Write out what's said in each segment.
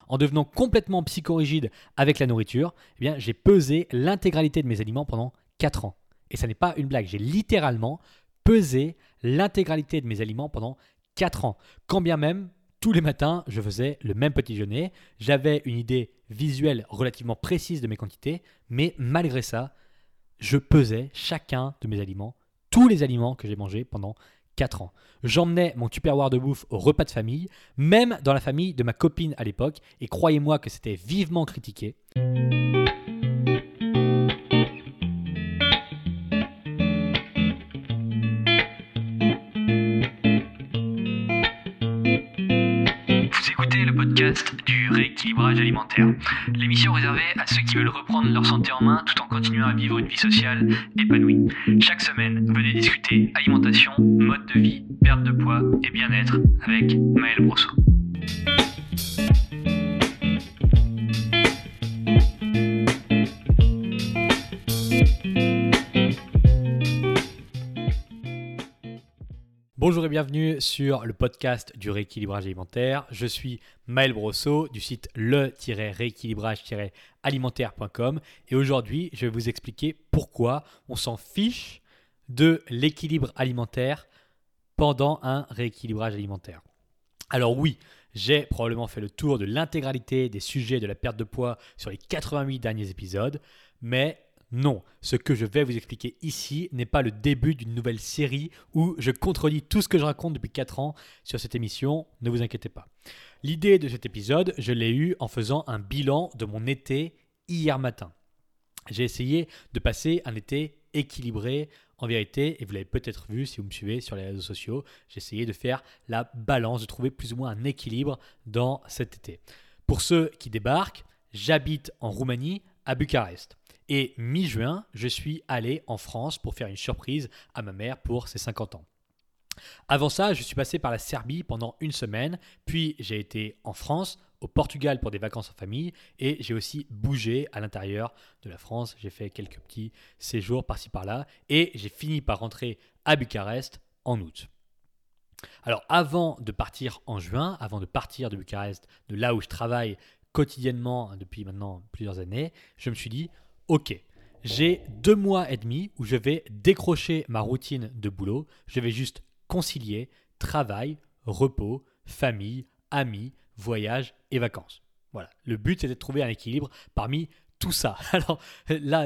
en devenant complètement psychorigide avec la nourriture, eh bien, j'ai pesé l'intégralité de mes aliments pendant 4 ans. Et ça n'est pas une blague, j'ai littéralement pesé l'intégralité de mes aliments pendant 4 ans. Quand bien même, tous les matins, je faisais le même petit déjeuner, j'avais une idée visuelle relativement précise de mes quantités, mais malgré ça, je pesais chacun de mes aliments, tous les aliments que j'ai mangés pendant 4 ans. J'emmenais mon tupperware de bouffe au repas de famille, même dans la famille de ma copine à l'époque, et croyez-moi que c'était vivement critiqué. Podcast du rééquilibrage alimentaire. L'émission réservée à ceux qui veulent reprendre leur santé en main tout en continuant à vivre une vie sociale épanouie. Chaque semaine, venez discuter alimentation, mode de vie, perte de poids et bien-être avec Maël Brosseau. Bonjour et bienvenue sur le podcast du rééquilibrage alimentaire. Je suis Maël Brosseau du site le-rééquilibrage-alimentaire.com et aujourd'hui, je vais vous expliquer pourquoi on s'en fiche de l'équilibre alimentaire pendant un rééquilibrage alimentaire. Alors oui, j'ai probablement fait le tour de l'intégralité des sujets de la perte de poids sur les 88 derniers épisodes, mais non, ce que je vais vous expliquer ici n'est pas le début d'une nouvelle série où je contredis tout ce que je raconte depuis 4 ans sur cette émission, ne vous inquiétez pas. L'idée de cet épisode, je l'ai eue en faisant un bilan de mon été hier matin. J'ai essayé de passer un été équilibré en vérité, et vous l'avez peut-être vu si vous me suivez sur les réseaux sociaux, j'ai essayé de faire la balance, de trouver plus ou moins un équilibre dans cet été. Pour ceux qui débarquent, j'habite en Roumanie, à Bucarest. Et mi-juin, je suis allé en France pour faire une surprise à ma mère pour ses 50 ans. Avant ça, je suis passé par la Serbie pendant une semaine, puis j'ai été en France, au Portugal pour des vacances en famille et j'ai aussi bougé à l'intérieur de la France. J'ai fait quelques petits séjours par-ci par-là et j'ai fini par rentrer à Bucarest en août. Alors avant de partir en juin, avant de partir de Bucarest, de là où je travaille quotidiennement depuis maintenant plusieurs années, je me suis dit ok, j'ai 2 mois et demi où je vais décrocher ma routine de boulot. Je vais juste concilier travail, repos, famille, amis, voyage et vacances. Voilà. Le but, c'était de trouver un équilibre parmi tout ça. Alors là,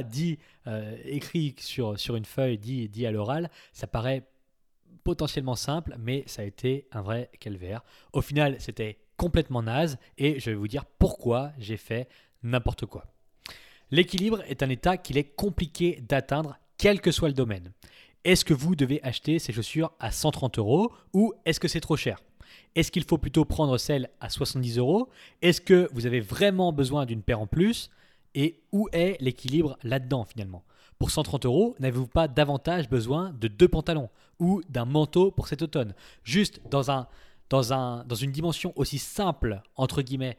écrit sur une feuille, dit à l'oral, ça paraît potentiellement simple, mais ça a été un vrai calvaire. Au final, c'était complètement naze et je vais vous dire pourquoi j'ai fait n'importe quoi. L'équilibre est un état qu'il est compliqué d'atteindre, quel que soit le domaine. Est-ce que vous devez acheter ces chaussures à 130 € ou est-ce que c'est trop cher ? Est-ce qu'il faut plutôt prendre celles à 70 €? Est-ce que vous avez vraiment besoin d'une paire en plus ? Et où est l'équilibre là-dedans finalement ? Pour 130 €, n'avez-vous pas davantage besoin de 2 pantalons ou d'un manteau pour cet automne ? Juste dans une dimension aussi simple, entre guillemets,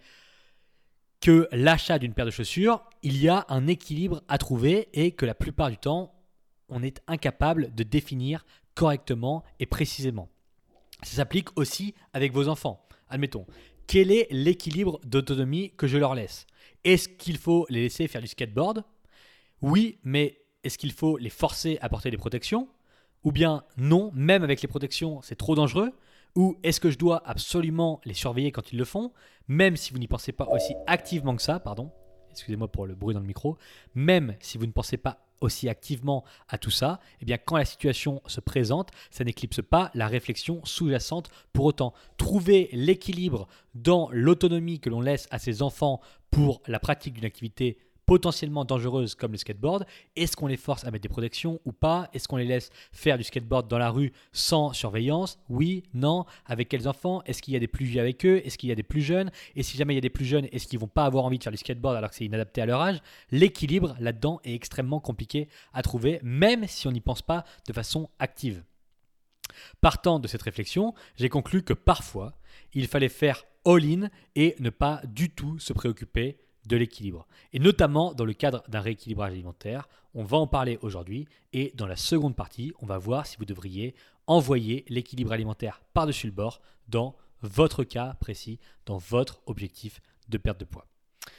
que l'achat d'une paire de chaussures, il y a un équilibre à trouver et que la plupart du temps, on est incapable de définir correctement et précisément. Ça s'applique aussi avec vos enfants. Admettons, quel est l'équilibre d'autonomie que je leur laisse ? Est-ce qu'il faut les laisser faire du skateboard ? Oui, mais est-ce qu'il faut les forcer à porter des protections ? Ou bien non, même avec les protections, c'est trop dangereux ? Ou est-ce que je dois absolument les surveiller quand ils le font, même si vous n'y pensez pas aussi activement que ça, excusez-moi pour le bruit dans le micro, même si vous ne pensez pas aussi activement à tout ça, eh bien quand la situation se présente, ça n'éclipse pas la réflexion sous-jacente pour autant. Trouver l'équilibre dans l'autonomie que l'on laisse à ses enfants pour la pratique d'une activité potentiellement dangereuses comme le skateboard. Est-ce qu'on les force à mettre des protections ou pas ? Est-ce qu'on les laisse faire du skateboard dans la rue sans surveillance ? Oui, non. Avec quels enfants ? Est-ce qu'il y a des plus vieux avec eux ? Est-ce qu'il y a des plus jeunes ? Et si jamais il y a des plus jeunes, est-ce qu'ils ne vont pas avoir envie de faire du skateboard alors que c'est inadapté à leur âge ? L'équilibre là-dedans est extrêmement compliqué à trouver, même si on n'y pense pas de façon active. Partant de cette réflexion, j'ai conclu que parfois, il fallait faire all-in et ne pas du tout se préoccuper de l'équilibre. Et notamment dans le cadre d'un rééquilibrage alimentaire, on va en parler aujourd'hui et dans la seconde partie, on va voir si vous devriez envoyer l'équilibre alimentaire par-dessus le bord dans votre cas précis, dans votre objectif de perte de poids.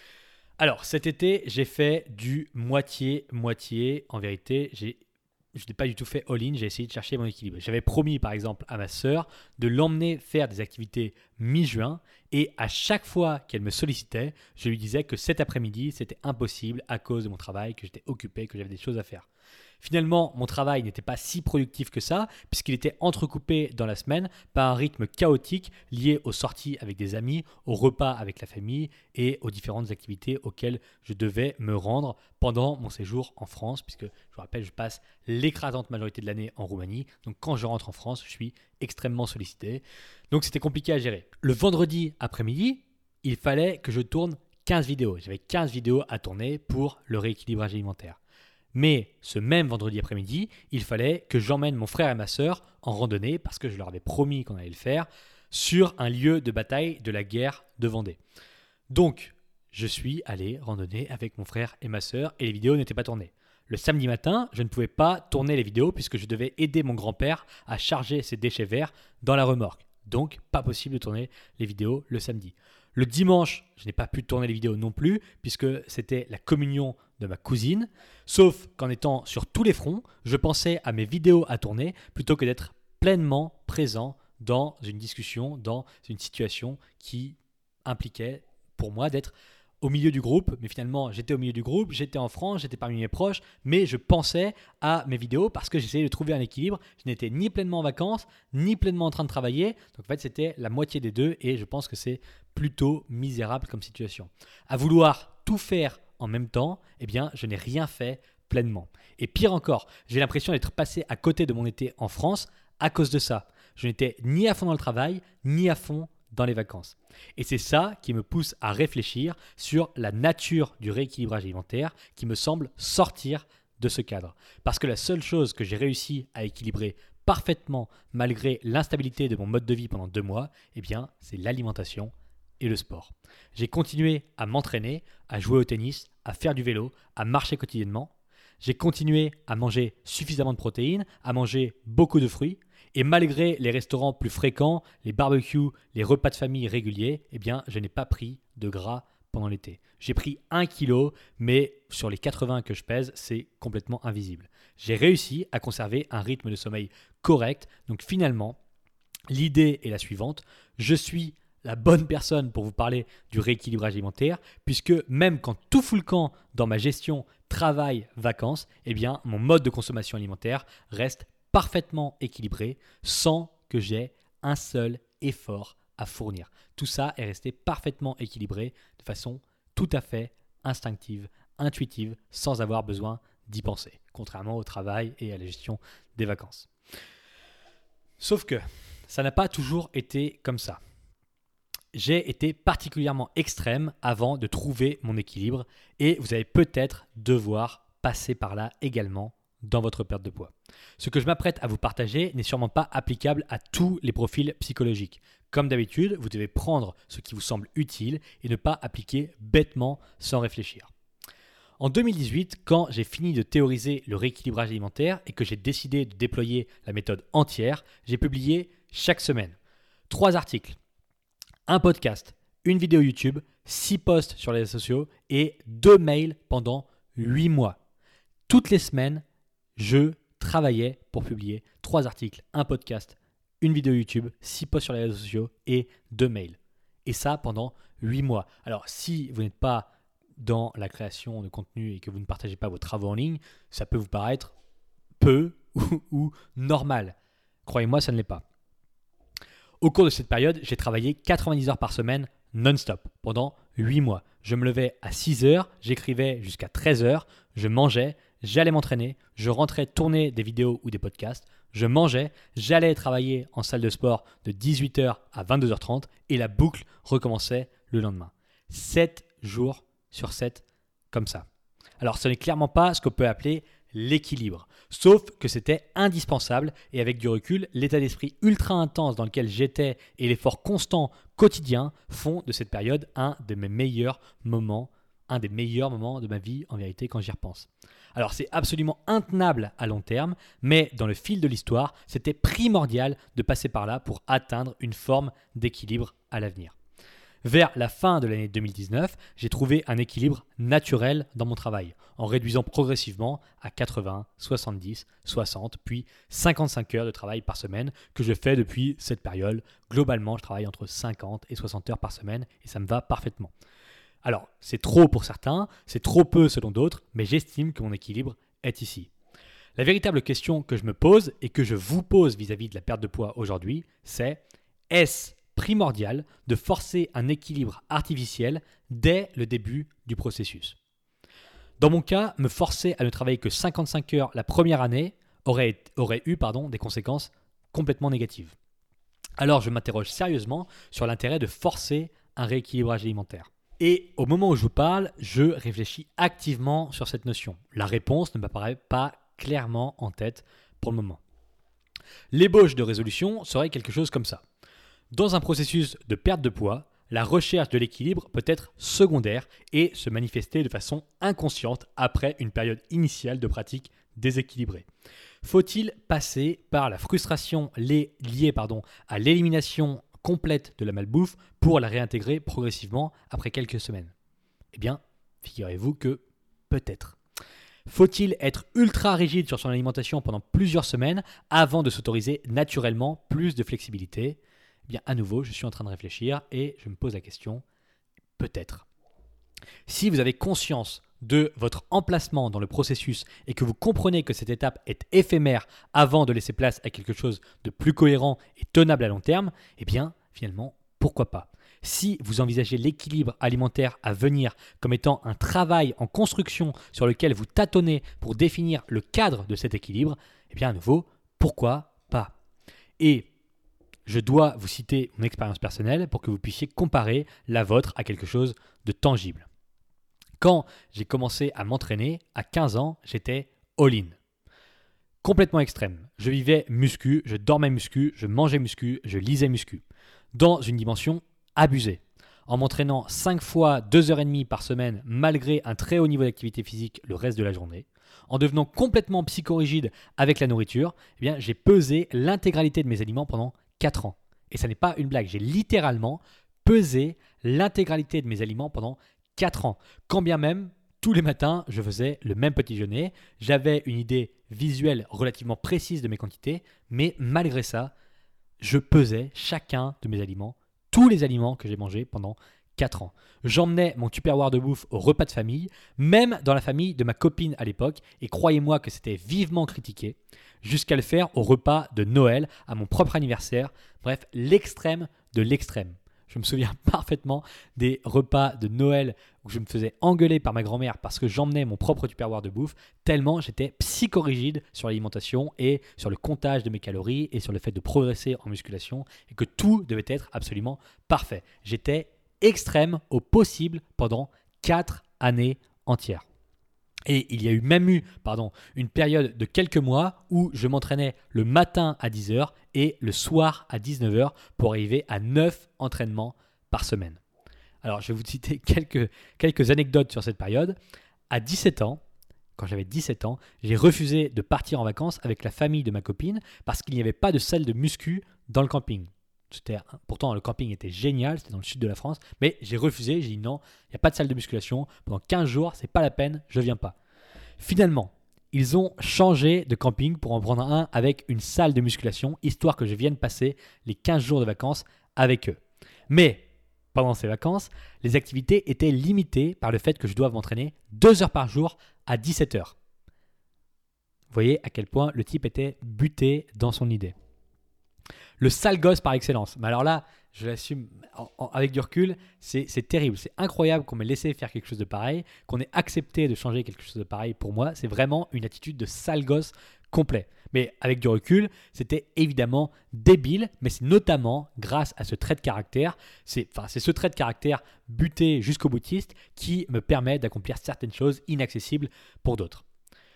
Alors cet été, j'ai fait du moitié-moitié. En vérité, je n'ai pas du tout fait all-in, j'ai essayé de chercher mon équilibre. J'avais promis par exemple à ma sœur de l'emmener faire des activités mi-juin et à chaque fois qu'elle me sollicitait, je lui disais que cet après-midi, c'était impossible à cause de mon travail, que j'étais occupé, que j'avais des choses à faire. Finalement, mon travail n'était pas si productif que ça, puisqu'il était entrecoupé dans la semaine par un rythme chaotique lié aux sorties avec des amis, aux repas avec la famille et aux différentes activités auxquelles je devais me rendre pendant mon séjour en France, puisque je vous rappelle, je passe l'écrasante majorité de l'année en Roumanie. Donc quand je rentre en France, je suis extrêmement sollicité. Donc c'était compliqué à gérer. Le vendredi après-midi, il fallait que je tourne 15 vidéos. J'avais 15 vidéos à tourner pour le rééquilibrage alimentaire. Mais ce même vendredi après-midi, il fallait que j'emmène mon frère et ma sœur en randonnée, parce que je leur avais promis qu'on allait le faire, sur un lieu de bataille de la guerre de Vendée. Donc, je suis allé randonner avec mon frère et ma sœur et les vidéos n'étaient pas tournées. Le samedi matin, je ne pouvais pas tourner les vidéos puisque je devais aider mon grand-père à charger ses déchets verts dans la remorque. Donc, pas possible de tourner les vidéos le samedi. Le dimanche, je n'ai pas pu tourner les vidéos non plus puisque c'était la communion de ma cousine. Sauf qu'en étant sur tous les fronts, je pensais à mes vidéos à tourner plutôt que d'être pleinement présent dans une discussion, dans une situation qui impliquait pour moi d'être au milieu du groupe. Mais finalement, j'étais au milieu du groupe, j'étais en France, j'étais parmi mes proches, mais je pensais à mes vidéos parce que j'essayais de trouver un équilibre. Je n'étais ni pleinement en vacances, ni pleinement en train de travailler. Donc en fait, c'était la moitié des deux et je pense que c'est plutôt misérable comme situation. À vouloir tout faire en même temps, eh bien, je n'ai rien fait pleinement. Et pire encore, j'ai l'impression d'être passé à côté de mon été en France à cause de ça. Je n'étais ni à fond dans le travail, ni à fond dans les vacances. Et c'est ça qui me pousse à réfléchir sur la nature du rééquilibrage alimentaire qui me semble sortir de ce cadre. Parce que la seule chose que j'ai réussi à équilibrer parfaitement malgré l'instabilité de mon mode de vie pendant 2 mois, eh bien, c'est l'alimentation et le sport. J'ai continué à m'entraîner, à jouer au tennis, à faire du vélo, à marcher quotidiennement. J'ai continué à manger suffisamment de protéines, à manger beaucoup de fruits. Et malgré les restaurants plus fréquents, les barbecues, les repas de famille réguliers, eh bien, je n'ai pas pris de gras pendant l'été. J'ai pris 1 kilo, mais sur les 80 que je pèse, c'est complètement invisible. J'ai réussi à conserver un rythme de sommeil correct. Donc finalement, l'idée est la suivante. Je suis la bonne personne pour vous parler du rééquilibrage alimentaire, puisque même quand tout fout le camp dans ma gestion travail-vacances, eh bien, mon mode de consommation alimentaire reste parfaitement équilibré sans que j'aie un seul effort à fournir. Tout ça est resté parfaitement équilibré de façon tout à fait instinctive, intuitive, sans avoir besoin d'y penser, contrairement au travail et à la gestion des vacances. Sauf que ça n'a pas toujours été comme ça. J'ai été particulièrement extrême avant de trouver mon équilibre et vous allez peut-être devoir passer par là également dans votre perte de poids. Ce que je m'apprête à vous partager n'est sûrement pas applicable à tous les profils psychologiques. Comme d'habitude, vous devez prendre ce qui vous semble utile et ne pas appliquer bêtement sans réfléchir. En 2018, quand j'ai fini de théoriser le rééquilibrage alimentaire et que j'ai décidé de déployer la méthode entière, j'ai publié chaque semaine 3 articles, un podcast, une vidéo YouTube, 6 posts sur les réseaux sociaux et 2 mails pendant 8 mois. Toutes les semaines, je travaillais pour publier 3 articles, un podcast, une vidéo YouTube, 6 posts sur les réseaux sociaux et 2 mails. Et ça pendant 8 mois. Alors, si vous n'êtes pas dans la création de contenu et que vous ne partagez pas vos travaux en ligne, ça peut vous paraître peu ou normal. Croyez-moi, ça ne l'est pas. Au cours de cette période, j'ai travaillé 90 heures par semaine non-stop pendant 8 mois. Je me levais à 6 heures, j'écrivais jusqu'à 13 heures, je mangeais, j'allais m'entraîner, je rentrais tourner des vidéos ou des podcasts, je mangeais, j'allais travailler en salle de sport de 18h à 22h30 et la boucle recommençait le lendemain. 7 jours sur 7 comme ça. Alors ce n'est clairement pas ce qu'on peut appeler l'équilibre, sauf que c'était indispensable et avec du recul, l'état d'esprit ultra intense dans lequel j'étais et l'effort constant quotidien font de cette période un des meilleurs moments de ma vie en vérité quand j'y repense. Alors c'est absolument intenable à long terme, mais dans le fil de l'histoire, c'était primordial de passer par là pour atteindre une forme d'équilibre à l'avenir. Vers la fin de l'année 2019, j'ai trouvé un équilibre naturel dans mon travail, en réduisant progressivement à 80, 70, 60, puis 55 heures de travail par semaine que je fais depuis cette période. Globalement, je travaille entre 50 et 60 heures par semaine et ça me va parfaitement. Alors, c'est trop pour certains, c'est trop peu selon d'autres, mais j'estime que mon équilibre est ici. La véritable question que je me pose et que je vous pose vis-à-vis de la perte de poids aujourd'hui, c'est est-ce primordial de forcer un équilibre artificiel dès le début du processus? Dans mon cas, me forcer à ne travailler que 55 heures la première année aurait eu des conséquences complètement négatives. Alors je m'interroge sérieusement sur l'intérêt de forcer un rééquilibrage alimentaire. Et au moment où je vous parle, je réfléchis activement sur cette notion. La réponse ne m'apparaît pas clairement en tête pour le moment. L'ébauche de résolution serait quelque chose comme ça. Dans un processus de perte de poids, la recherche de l'équilibre peut être secondaire et se manifester de façon inconsciente après une période initiale de pratique déséquilibrée. Faut-il passer par la frustration liée à l'élimination complète de la malbouffe pour la réintégrer progressivement après quelques semaines? Eh bien, figurez-vous que peut-être. Faut-il être ultra rigide sur son alimentation pendant plusieurs semaines avant de s'autoriser naturellement plus de flexibilité? Eh bien, à nouveau, je suis en train de réfléchir et je me pose la question, peut-être. Si vous avez conscience de votre emplacement dans le processus et que vous comprenez que cette étape est éphémère avant de laisser place à quelque chose de plus cohérent et tenable à long terme, eh bien, finalement, pourquoi pas? Si vous envisagez l'équilibre alimentaire à venir comme étant un travail en construction sur lequel vous tâtonnez pour définir le cadre de cet équilibre, eh bien, à nouveau, pourquoi pas? Et je dois vous citer mon expérience personnelle pour que vous puissiez comparer la vôtre à quelque chose de tangible. Quand j'ai commencé à m'entraîner, à 15 ans, j'étais all-in. Complètement extrême. Je vivais muscu, je dormais muscu, je mangeais muscu, je lisais muscu. Dans une dimension abusée. En m'entraînant 5 fois 2h30 par semaine malgré un très haut niveau d'activité physique le reste de la journée. En devenant complètement psychorigide avec la nourriture, eh bien, j'ai pesé l'intégralité de mes aliments pendant 4 ans. Et ça n'est pas une blague, j'ai littéralement pesé l'intégralité de mes aliments pendant 4 ans. Quand bien même, tous les matins, je faisais le même petit déjeuner. J'avais une idée visuelle relativement précise de mes quantités, mais malgré ça, je pesais chacun de mes aliments, tous les aliments que j'ai mangés pendant 4 ans. J'emmenais mon Tupperware de bouffe au repas de famille, même dans la famille de ma copine à l'époque, et croyez-moi que c'était vivement critiqué, jusqu'à le faire au repas de Noël, à mon propre anniversaire. Bref, l'extrême de l'extrême. Je me souviens parfaitement des repas de Noël où je me faisais engueuler par ma grand-mère parce que j'emmenais mon propre Tupperware de bouffe, tellement j'étais psychorigide sur l'alimentation et sur le comptage de mes calories et sur le fait de progresser en musculation et que tout devait être absolument parfait. J'étais extrême au possible pendant 4 années entières. Et il y a eu une période de quelques mois où je m'entraînais le matin à 10h et le soir à 19h pour arriver à 9 entraînements par semaine. Alors, je vais vous citer quelques anecdotes sur cette période. À 17 ans, quand j'avais 17 ans, j'ai refusé de partir en vacances avec la famille de ma copine parce qu'il n'y avait pas de salle de muscu dans le camping. Pourtant, le camping était génial, c'était dans le sud de la France, mais j'ai refusé, j'ai dit non, il n'y a pas de salle de musculation, pendant 15 jours, c'est pas la peine, je viens pas. Finalement, ils ont changé de camping pour en prendre un avec une salle de musculation, histoire que je vienne passer les 15 jours de vacances avec eux. Mais pendant ces vacances, les activités étaient limitées par le fait que je doive m'entraîner 2 heures par jour à 17 heures. Vous voyez à quel point le type était buté dans son idée. Le sale gosse par excellence. Mais alors là, je l'assume avec du recul, c'est terrible. C'est incroyable qu'on m'ait laissé faire quelque chose de pareil, qu'on ait accepté de changer quelque chose de pareil pour moi. C'est vraiment une attitude de sale gosse complet. Mais avec du recul, c'était évidemment débile, mais c'est notamment grâce à ce trait de caractère, c'est ce trait de caractère buté jusqu'au boutiste qui me permet d'accomplir certaines choses inaccessibles pour d'autres.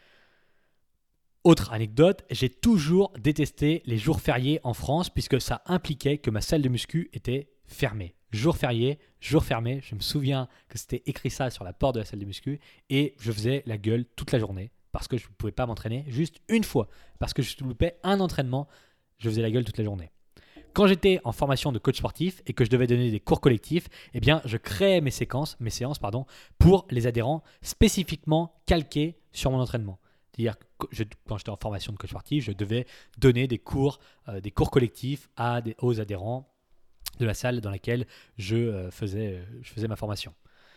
Autre anecdote, j'ai toujours détesté les jours fériés en France puisque ça impliquait que ma salle de muscu était fermée. Jour férié, jour fermé, je me souviens que c'était écrit ça sur la porte de la salle de muscu et je faisais la gueule toute la journée parce que je ne pouvais pas m'entraîner juste une fois. Parce que je loupais un entraînement, je faisais la gueule toute la journée. quand j'étais en formation de coach sportif et que je devais donner des cours collectifs, eh bien, je créais mes séances, pour les adhérents spécifiquement calqués sur mon entraînement. C'est-à-dire que quand j'étais en formation de coach sportif, je devais donner des cours collectifs aux adhérents de la salle dans laquelle je faisais ma formation.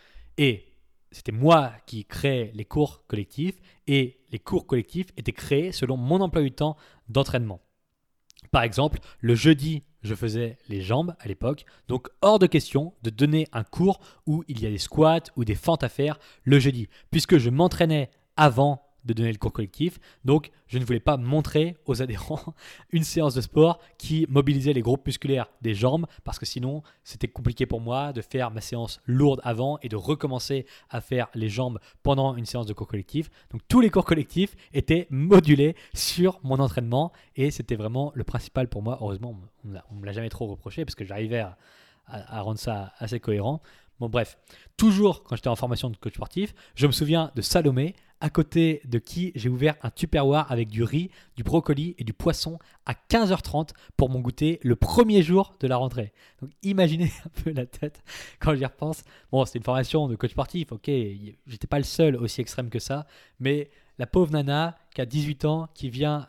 Et c'était moi qui créais les cours collectifs et les cours collectifs étaient créés selon mon emploi du temps d'entraînement. Par exemple, le jeudi, je faisais les jambes à l'époque, donc hors de question de donner un cours où il y a des squats ou des fentes à faire le jeudi, puisque je m'entraînais avant de donner le cours collectif, donc je ne voulais pas montrer aux adhérents une séance de sport qui mobilisait les groupes musculaires des jambes, parce que sinon c'était compliqué pour moi de faire ma séance lourde avant et de recommencer à faire les jambes pendant une séance de cours collectif. Donc tous les cours collectifs étaient modulés sur mon entraînement et c'était vraiment le principal pour moi. Heureusement, on ne me l'a jamais trop reproché parce que j'arrivais à rendre ça assez cohérent. Bon bref, toujours quand j'étais en formation de coach sportif, je me souviens de Salomé, à côté de qui j'ai ouvert un Tupperware avec du riz, du brocoli et du poisson à 15h30 pour mon goûter le premier jour de la rentrée. Donc imaginez un peu la tête quand j'y repense. Bon, c'était une formation de coach sportif, ok, j'étais pas le seul aussi extrême que ça, mais la pauvre nana qui a 18 ans, qui vient,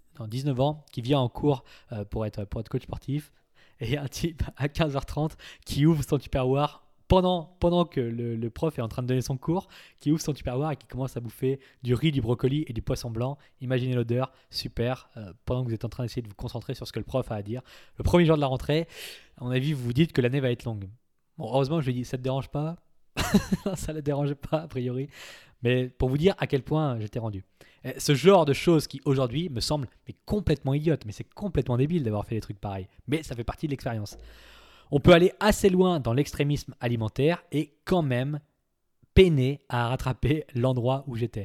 19 ans, qui vient en cours pour être coach sportif, et un type à 15h30 qui ouvre son Tupperware pendant que le prof est en train de donner son cours, qui ouvre son Tupperware et qui commence à bouffer du riz, du brocoli et du poisson blanc. Imaginez l'odeur, super, pendant que vous êtes en train d'essayer de vous concentrer sur ce que le prof a à dire. Le premier jour de la rentrée, à mon avis, vous vous dites que l'année va être longue. Bon, heureusement, je lui ai dit, ça ne te dérange pas? Ça ne le dérangeait pas, a priori. Mais pour vous dire à quel point j'étais rendu. Ce genre de choses qui, aujourd'hui, me semblent complètement idiotes. Mais c'est complètement débile d'avoir fait des trucs pareils. Mais ça fait partie de l'expérience. On peut aller assez loin dans l'extrémisme alimentaire et quand même peiner à rattraper l'endroit où j'étais.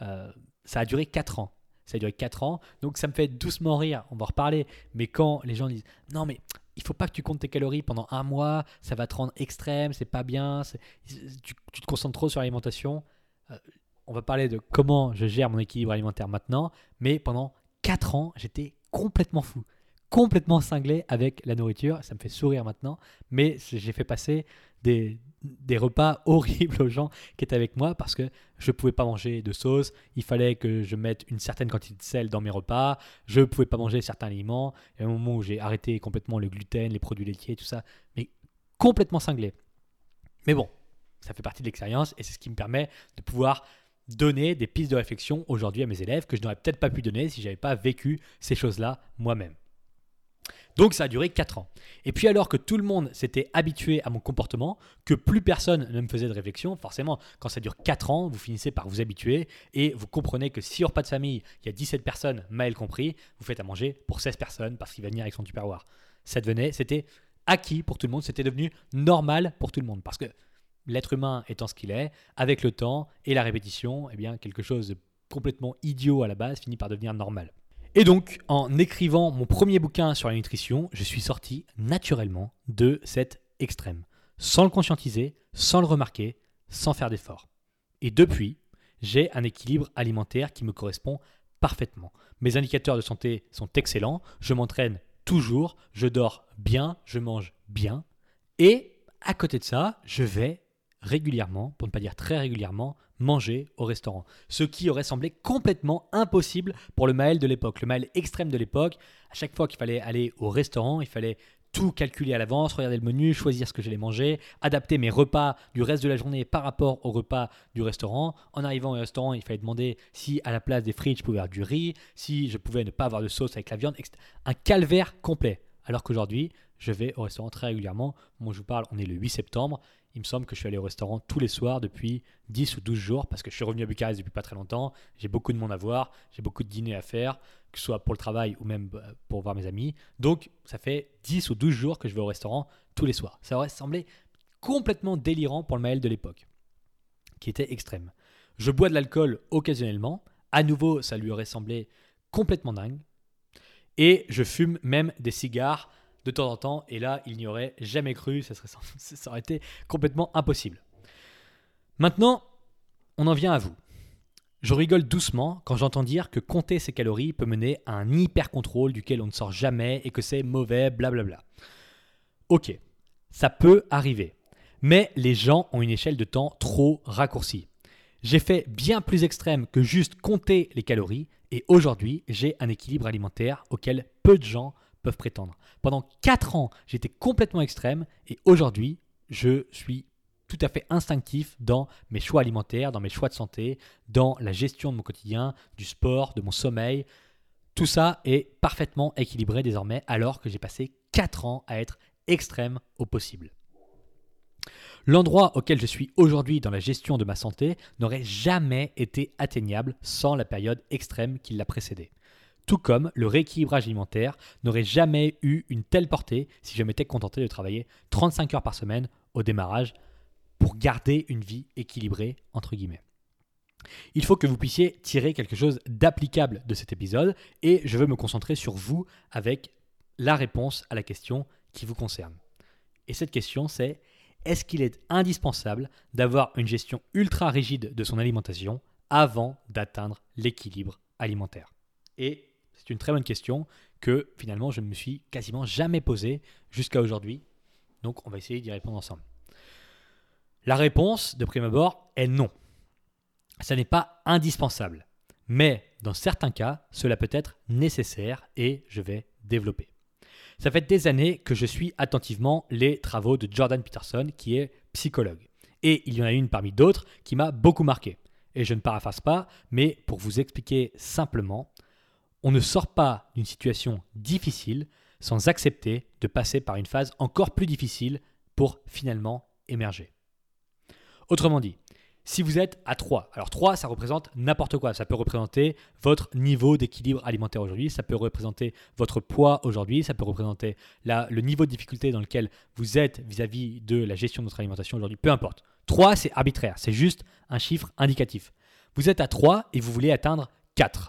Ça a duré 4 ans. Donc ça me fait doucement rire, on va en reparler. Mais quand les gens disent « Non mais il ne faut pas que tu comptes tes calories pendant un mois, ça va te rendre extrême, c'est pas bien, tu te concentres trop sur l'alimentation. » On va parler de comment je gère mon équilibre alimentaire maintenant. Mais pendant 4 ans, j'étais complètement fou. Complètement cinglé avec la nourriture, ça me fait sourire maintenant, mais j'ai fait passer des repas horribles aux gens qui étaient avec moi parce que je ne pouvais pas manger de sauce, il fallait que je mette une certaine quantité de sel dans mes repas, je ne pouvais pas manger certains aliments, il y a un moment où j'ai arrêté complètement le gluten, les produits laitiers, tout ça, mais complètement cinglé. Mais bon, ça fait partie de l'expérience et c'est ce qui me permet de pouvoir donner des pistes de réflexion aujourd'hui à mes élèves que je n'aurais peut-être pas pu donner si je n'avais pas vécu ces choses-là moi-même. Donc ça a duré 4 ans. Et puis alors que tout le monde s'était habitué à mon comportement, que plus personne ne me faisait de réflexion, forcément quand ça dure 4 ans, vous finissez par vous habituer et vous comprenez que si au repas de famille, il y a 17 personnes, Maël compris, vous faites à manger pour 16 personnes parce qu'il va venir avec son Tupperware. C'était acquis pour tout le monde, c'était devenu normal pour tout le monde parce que l'être humain étant ce qu'il est, avec le temps et la répétition, eh bien quelque chose de complètement idiot à la base finit par devenir normal. Et donc, en écrivant mon premier bouquin sur la nutrition, je suis sorti naturellement de cet extrême, sans le conscientiser, sans le remarquer, sans faire d'effort. Et depuis, j'ai un équilibre alimentaire qui me correspond parfaitement. Mes indicateurs de santé sont excellents, je m'entraîne toujours, je dors bien, je mange bien. Et à côté de ça, je vais régulièrement, pour ne pas dire très régulièrement, manger au restaurant. Ce qui aurait semblé complètement impossible pour le Maël de l'époque. Le Maël extrême de l'époque, à chaque fois qu'il fallait aller au restaurant, il fallait tout calculer à l'avance, regarder le menu, choisir ce que j'allais manger, adapter mes repas du reste de la journée par rapport au repas du restaurant. En arrivant au restaurant, il fallait demander si à la place des frites, je pouvais avoir du riz, si je pouvais ne pas avoir de sauce avec la viande, etc. Un calvaire complet. Alors qu'aujourd'hui, je vais au restaurant très régulièrement. Moi, je vous parle, on est le 8 septembre. Il me semble que je suis allé au restaurant tous les soirs depuis 10 ou 12 jours parce que je suis revenu à Bucarest depuis pas très longtemps. J'ai beaucoup de monde à voir, j'ai beaucoup de dîners à faire, que ce soit pour le travail ou même pour voir mes amis. Donc, ça fait 10 ou 12 jours que je vais au restaurant tous les soirs. Ça aurait semblé complètement délirant pour le Maël de l'époque, qui était extrême. Je bois de l'alcool occasionnellement. À nouveau, ça lui aurait semblé complètement dingue. Et je fume même des cigares de temps en temps, et là, il n'y aurait jamais cru, ça aurait été complètement impossible. Maintenant, on en vient à vous. Je rigole doucement quand j'entends dire que compter ses calories peut mener à un hyper-contrôle duquel on ne sort jamais et que c'est mauvais, blablabla. Ok, ça peut arriver, mais les gens ont une échelle de temps trop raccourcie. J'ai fait bien plus extrême que juste compter les calories et aujourd'hui, j'ai un équilibre alimentaire auquel peu de gens peuvent prétendre. Pendant 4 ans, j'étais complètement extrême et aujourd'hui, je suis tout à fait instinctif dans mes choix alimentaires, dans mes choix de santé, dans la gestion de mon quotidien, du sport, de mon sommeil. Tout ça est parfaitement équilibré désormais alors que j'ai passé 4 ans à être extrême au possible. L'endroit auquel je suis aujourd'hui dans la gestion de ma santé n'aurait jamais été atteignable sans la période extrême qui l'a précédée. Tout comme le rééquilibrage alimentaire n'aurait jamais eu une telle portée si je m'étais contenté de travailler 35 heures par semaine au démarrage pour garder une vie équilibrée, entre guillemets. Il faut que vous puissiez tirer quelque chose d'applicable de cet épisode et je veux me concentrer sur vous avec la réponse à la question qui vous concerne. Et cette question, c'est: est-ce qu'il est indispensable d'avoir une gestion ultra rigide de son alimentation avant d'atteindre l'équilibre alimentaire? Et c'est une très bonne question que finalement je ne me suis quasiment jamais posée jusqu'à aujourd'hui. Donc on va essayer d'y répondre ensemble. La réponse, de prime abord, est non. Ça n'est pas indispensable. Mais dans certains cas, cela peut être nécessaire et je vais développer. Ça fait des années que je suis attentivement les travaux de Jordan Peterson, qui est psychologue. Et il y en a une parmi d'autres qui m'a beaucoup marqué. Et je ne paraphrase pas, mais pour vous expliquer simplement, on ne sort pas d'une situation difficile sans accepter de passer par une phase encore plus difficile pour finalement émerger. Autrement dit, si vous êtes à 3, alors 3 ça représente n'importe quoi, ça peut représenter votre niveau d'équilibre alimentaire aujourd'hui, ça peut représenter votre poids aujourd'hui, ça peut représenter le niveau de difficulté dans lequel vous êtes vis-à-vis de la gestion de votre alimentation aujourd'hui, peu importe. 3 c'est arbitraire, c'est juste un chiffre indicatif. Vous êtes à 3 et vous voulez atteindre 4.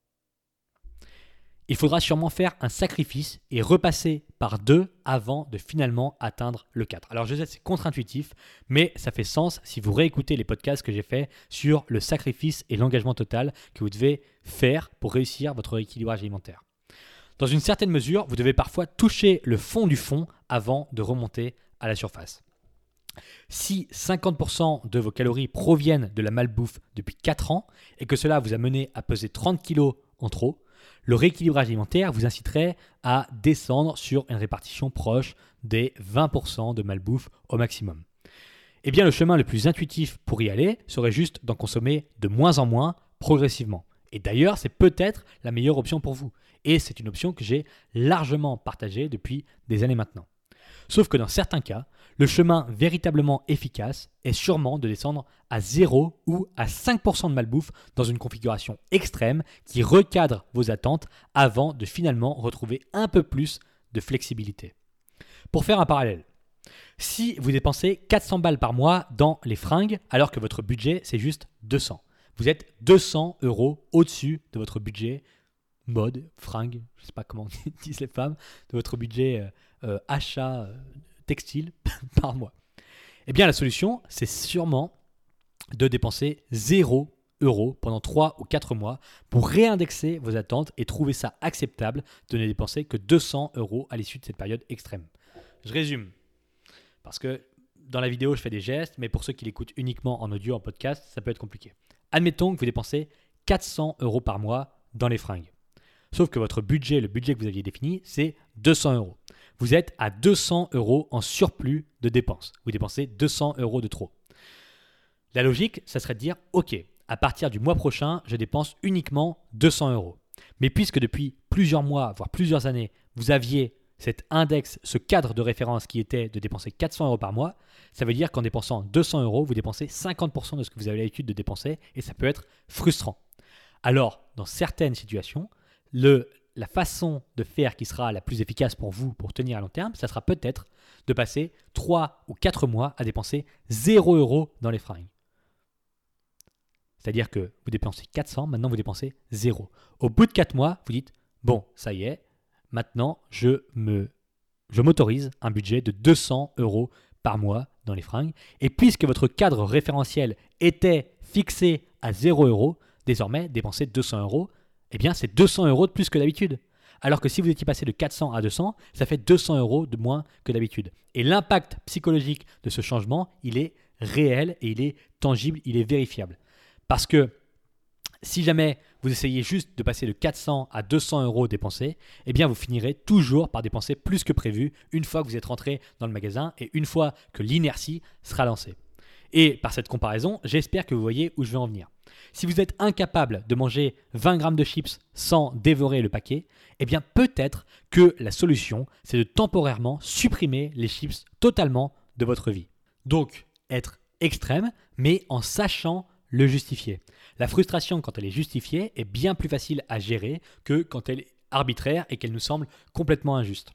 Il faudra sûrement faire un sacrifice et repasser par 2 avant de finalement atteindre le 4. Alors je sais, c'est contre-intuitif, mais ça fait sens si vous réécoutez les podcasts que j'ai faits sur le sacrifice et l'engagement total que vous devez faire pour réussir votre rééquilibrage alimentaire. Dans une certaine mesure, vous devez parfois toucher le fond du fond avant de remonter à la surface. Si 50% de vos calories proviennent de la malbouffe depuis 4 ans et que cela vous a mené à peser 30 kg en trop, le rééquilibrage alimentaire vous inciterait à descendre sur une répartition proche des 20% de malbouffe au maximum. Eh bien, le chemin le plus intuitif pour y aller serait juste d'en consommer de moins en moins progressivement. Et d'ailleurs, c'est peut-être la meilleure option pour vous. Et c'est une option que j'ai largement partagée depuis des années maintenant. Sauf que dans certains cas, le chemin véritablement efficace est sûrement de descendre à 0 ou à 5% de malbouffe dans une configuration extrême qui recadre vos attentes avant de finalement retrouver un peu plus de flexibilité. Pour faire un parallèle, si vous dépensez 400 balles par mois dans les fringues alors que votre budget c'est juste 200, vous êtes 200 € au-dessus de votre budget mode, fringues, je ne sais pas comment disent les femmes, de votre budget achat textile par mois. Eh bien, la solution, c'est sûrement de dépenser 0 € pendant 3 ou 4 mois pour réindexer vos attentes et trouver ça acceptable de ne dépenser que 200 € à l'issue de cette période extrême. Je résume, parce que dans la vidéo, je fais des gestes, mais pour ceux qui l'écoutent uniquement en audio, en podcast, ça peut être compliqué. Admettons que vous dépensez 400 € par mois dans les fringues. Sauf que votre budget, le budget que vous aviez défini, c'est 200 €. Vous êtes à 200 € en surplus de dépenses. Vous dépensez 200 € de trop. La logique, ça serait de dire, ok, à partir du mois prochain, je dépense uniquement 200 €. Mais puisque depuis plusieurs mois, voire plusieurs années, vous aviez cet index, ce cadre de référence qui était de dépenser 400 € par mois, ça veut dire qu'en dépensant 200 €, vous dépensez 50% de ce que vous avez l'habitude de dépenser et ça peut être frustrant. Alors, dans certaines situations, la façon de faire qui sera la plus efficace pour vous pour tenir à long terme, ça sera peut-être de passer 3 ou 4 mois à dépenser 0 € dans les fringues. C'est-à-dire que vous dépensez 400, maintenant vous dépensez 0. Au bout de 4 mois, vous dites, bon, ça y est, maintenant je m'autorise un budget de 200 € par mois dans les fringues. Et puisque votre cadre référentiel était fixé à 0 €, désormais dépenser 200 euros, eh bien c'est 200 euros de plus que d'habitude. Alors que si vous étiez passé de 400 à 200, ça fait 200 euros de moins que d'habitude. Et l'impact psychologique de ce changement, il est réel et il est tangible, il est vérifiable. Parce que si jamais vous essayez juste de passer de 400 à 200 euros dépensés, eh bien vous finirez toujours par dépenser plus que prévu une fois que vous êtes rentré dans le magasin et une fois que l'inertie sera lancée. Et par cette comparaison, j'espère que vous voyez où je veux en venir. Si vous êtes incapable de manger 20 grammes de chips sans dévorer le paquet, eh bien peut-être que la solution, c'est de temporairement supprimer les chips totalement de votre vie. Donc, être extrême, mais en sachant le justifier. La frustration, quand elle est justifiée, est bien plus facile à gérer que quand elle est arbitraire et qu'elle nous semble complètement injuste.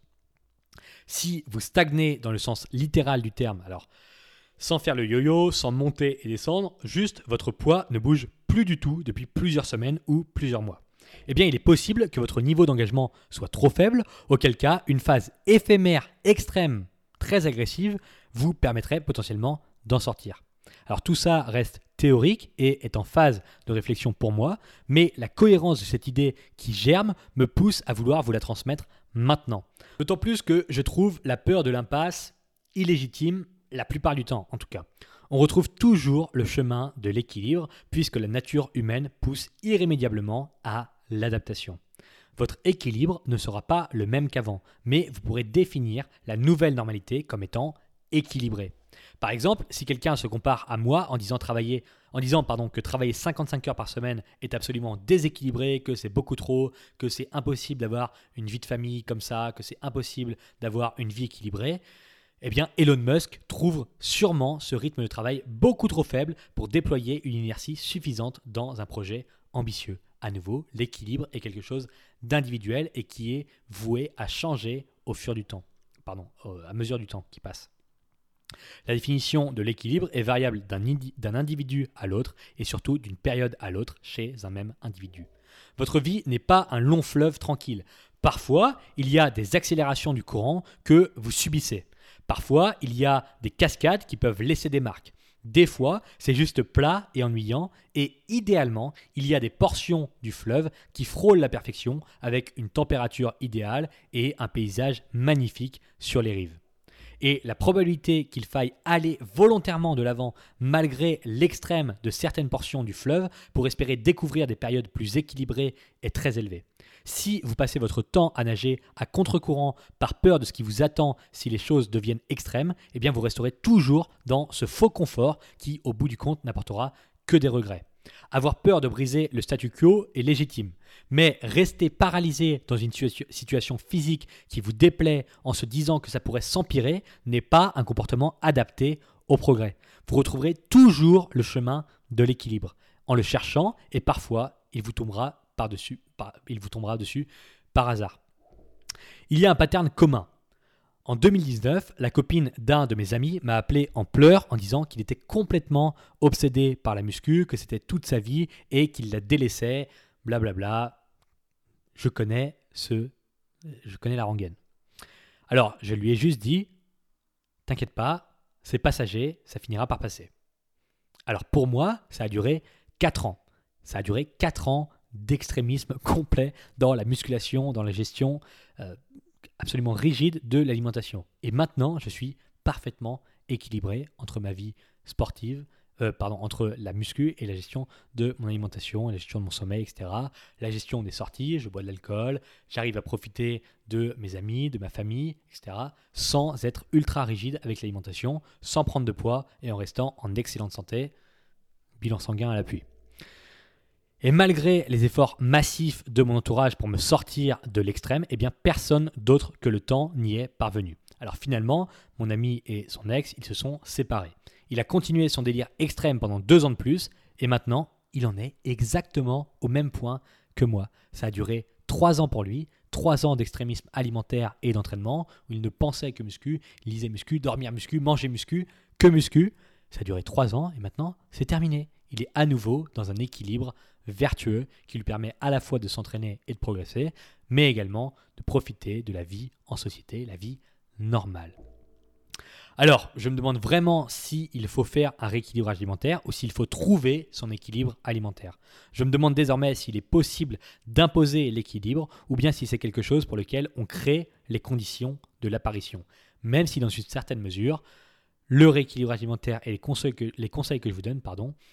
Si vous stagnez dans le sens littéral du terme, alors sans faire le yo-yo, sans monter et descendre, juste votre poids ne bouge plus du tout depuis plusieurs semaines ou plusieurs mois. Eh bien, il est possible que votre niveau d'engagement soit trop faible, auquel cas, une phase éphémère extrême, très agressive, vous permettrait potentiellement d'en sortir. Alors tout ça reste théorique et est en phase de réflexion pour moi, mais la cohérence de cette idée qui germe me pousse à vouloir vous la transmettre maintenant. D'autant plus que je trouve la peur de l'impasse illégitime, la plupart du temps en tout cas. On retrouve toujours le chemin de l'équilibre puisque la nature humaine pousse irrémédiablement à l'adaptation. Votre équilibre ne sera pas le même qu'avant, mais vous pourrez définir la nouvelle normalité comme étant équilibrée. Par exemple, si quelqu'un se compare à moi en disant que travailler 55 heures par semaine est absolument déséquilibré, que c'est beaucoup trop, que c'est impossible d'avoir une vie de famille comme ça, que c'est impossible d'avoir une vie équilibrée, eh bien Elon Musk trouve sûrement ce rythme de travail beaucoup trop faible pour déployer une inertie suffisante dans un projet ambitieux. À nouveau, l'équilibre est quelque chose d'individuel et qui est voué à changer à mesure du temps qui passe. La définition de l'équilibre est variable d'un individu à l'autre et surtout d'une période à l'autre chez un même individu. Votre vie n'est pas un long fleuve tranquille. Parfois, il y a des accélérations du courant que vous subissez. Parfois, il y a des cascades qui peuvent laisser des marques. Des fois, c'est juste plat et ennuyant et idéalement, il y a des portions du fleuve qui frôlent la perfection avec une température idéale et un paysage magnifique sur les rives. Et la probabilité qu'il faille aller volontairement de l'avant malgré l'extrême de certaines portions du fleuve pour espérer découvrir des périodes plus équilibrées est très élevée. Si vous passez votre temps à nager à contre-courant par peur de ce qui vous attend si les choses deviennent extrêmes, eh bien vous resterez toujours dans ce faux confort qui, au bout du compte, n'apportera que des regrets. Avoir peur de briser le statu quo est légitime, mais rester paralysé dans une situation physique qui vous déplaît en se disant que ça pourrait s'empirer n'est pas un comportement adapté au progrès. Vous retrouverez toujours le chemin de l'équilibre en le cherchant et parfois il vous tombera dessus par hasard. Il y a un pattern commun. En 2019, la copine d'un de mes amis m'a appelé en pleurs en disant qu'il était complètement obsédé par la muscu, que c'était toute sa vie et qu'il la délaissait, blablabla. Je connais la rengaine. Alors, je lui ai juste dit, t'inquiète pas, c'est passager, ça finira par passer. Alors pour moi, ça a duré 4 ans. Ça a duré 4 ans d'extrémisme complet dans la musculation, dans la gestion absolument rigide de l'alimentation. Et maintenant, je suis parfaitement équilibré entre ma vie sportive, entre la muscu et la gestion de mon alimentation, la gestion de mon sommeil, etc. La gestion des sorties, je bois de l'alcool, j'arrive à profiter de mes amis, de ma famille, etc. sans être ultra rigide avec l'alimentation, sans prendre de poids et en restant en excellente santé, bilan sanguin à l'appui. Et malgré les efforts massifs de mon entourage pour me sortir de l'extrême, eh bien personne d'autre que le temps n'y est parvenu. Alors finalement, mon ami et son ex, ils se sont séparés. Il a continué son délire extrême pendant 2 ans de plus et maintenant, il en est exactement au même point que moi. Ça a duré 3 ans pour lui, 3 ans d'extrémisme alimentaire et d'entraînement où il ne pensait que muscu, il lisait muscu, dormir muscu, manger muscu, que muscu. Ça a duré 3 ans et maintenant, c'est terminé. Il est à nouveau dans un équilibre vertueux qui lui permet à la fois de s'entraîner et de progresser, mais également de profiter de la vie en société, la vie normale. Alors, je me demande vraiment s'il faut faire un rééquilibrage alimentaire ou s'il faut trouver son équilibre alimentaire. Je me demande désormais s'il est possible d'imposer l'équilibre ou bien si c'est quelque chose pour lequel on crée les conditions de l'apparition. Même si dans une certaine mesure, le rééquilibrage alimentaire et les conseils que je vous donne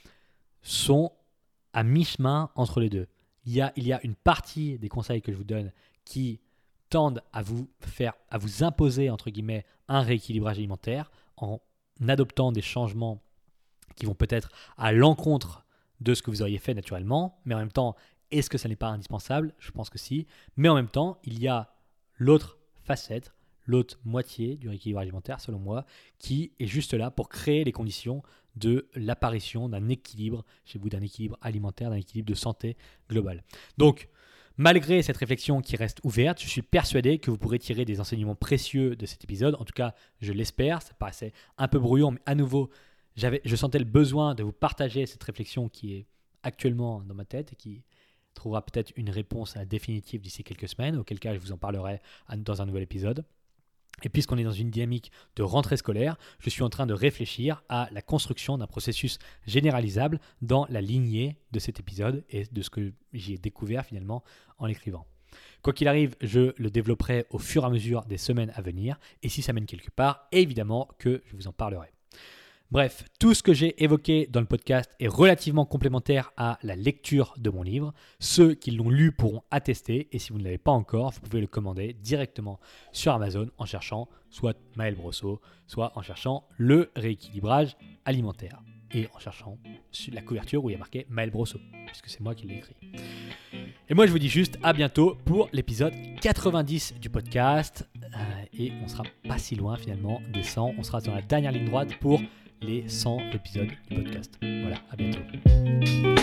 sont à mi-chemin entre les deux. Il y a une partie des conseils que je vous donne qui tendent à vous imposer, entre guillemets, un rééquilibrage alimentaire en adoptant des changements qui vont peut-être à l'encontre de ce que vous auriez fait naturellement, mais en même temps, est-ce que ça n'est pas indispensable ? Je pense que si. Mais en même temps, il y a l'autre facette, l'autre moitié du rééquilibrage alimentaire, selon moi, qui est juste là pour créer les conditions de l'apparition d'un équilibre chez vous, d'un équilibre alimentaire, d'un équilibre de santé globale. Donc, malgré cette réflexion qui reste ouverte, je suis persuadé que vous pourrez tirer des enseignements précieux de cet épisode. En tout cas, je l'espère. Ça paraissait un peu brouillon, mais à nouveau, je sentais le besoin de vous partager cette réflexion qui est actuellement dans ma tête et qui trouvera peut-être une réponse définitive d'ici quelques semaines, auquel cas je vous en parlerai dans un nouvel épisode. Et puisqu'on est dans une dynamique de rentrée scolaire, je suis en train de réfléchir à la construction d'un processus généralisable dans la lignée de cet épisode et de ce que j'ai découvert finalement en l'écrivant. Quoi qu'il arrive, je le développerai au fur et à mesure des semaines à venir et si ça mène quelque part, évidemment que je vous en parlerai. Bref, tout ce que j'ai évoqué dans le podcast est relativement complémentaire à la lecture de mon livre. Ceux qui l'ont lu pourront attester et si vous ne l'avez pas encore, vous pouvez le commander directement sur Amazon en cherchant soit Maël Brosseau, soit en cherchant le rééquilibrage alimentaire et en cherchant sur la couverture où il y a marqué Maël Brosseau, puisque c'est moi qui l'ai écrit. Et moi je vous dis juste à bientôt pour l'épisode 90 du podcast et on sera pas si loin finalement des 100, on sera dans la dernière ligne droite pour les 100 épisodes du podcast. Voilà, à bientôt.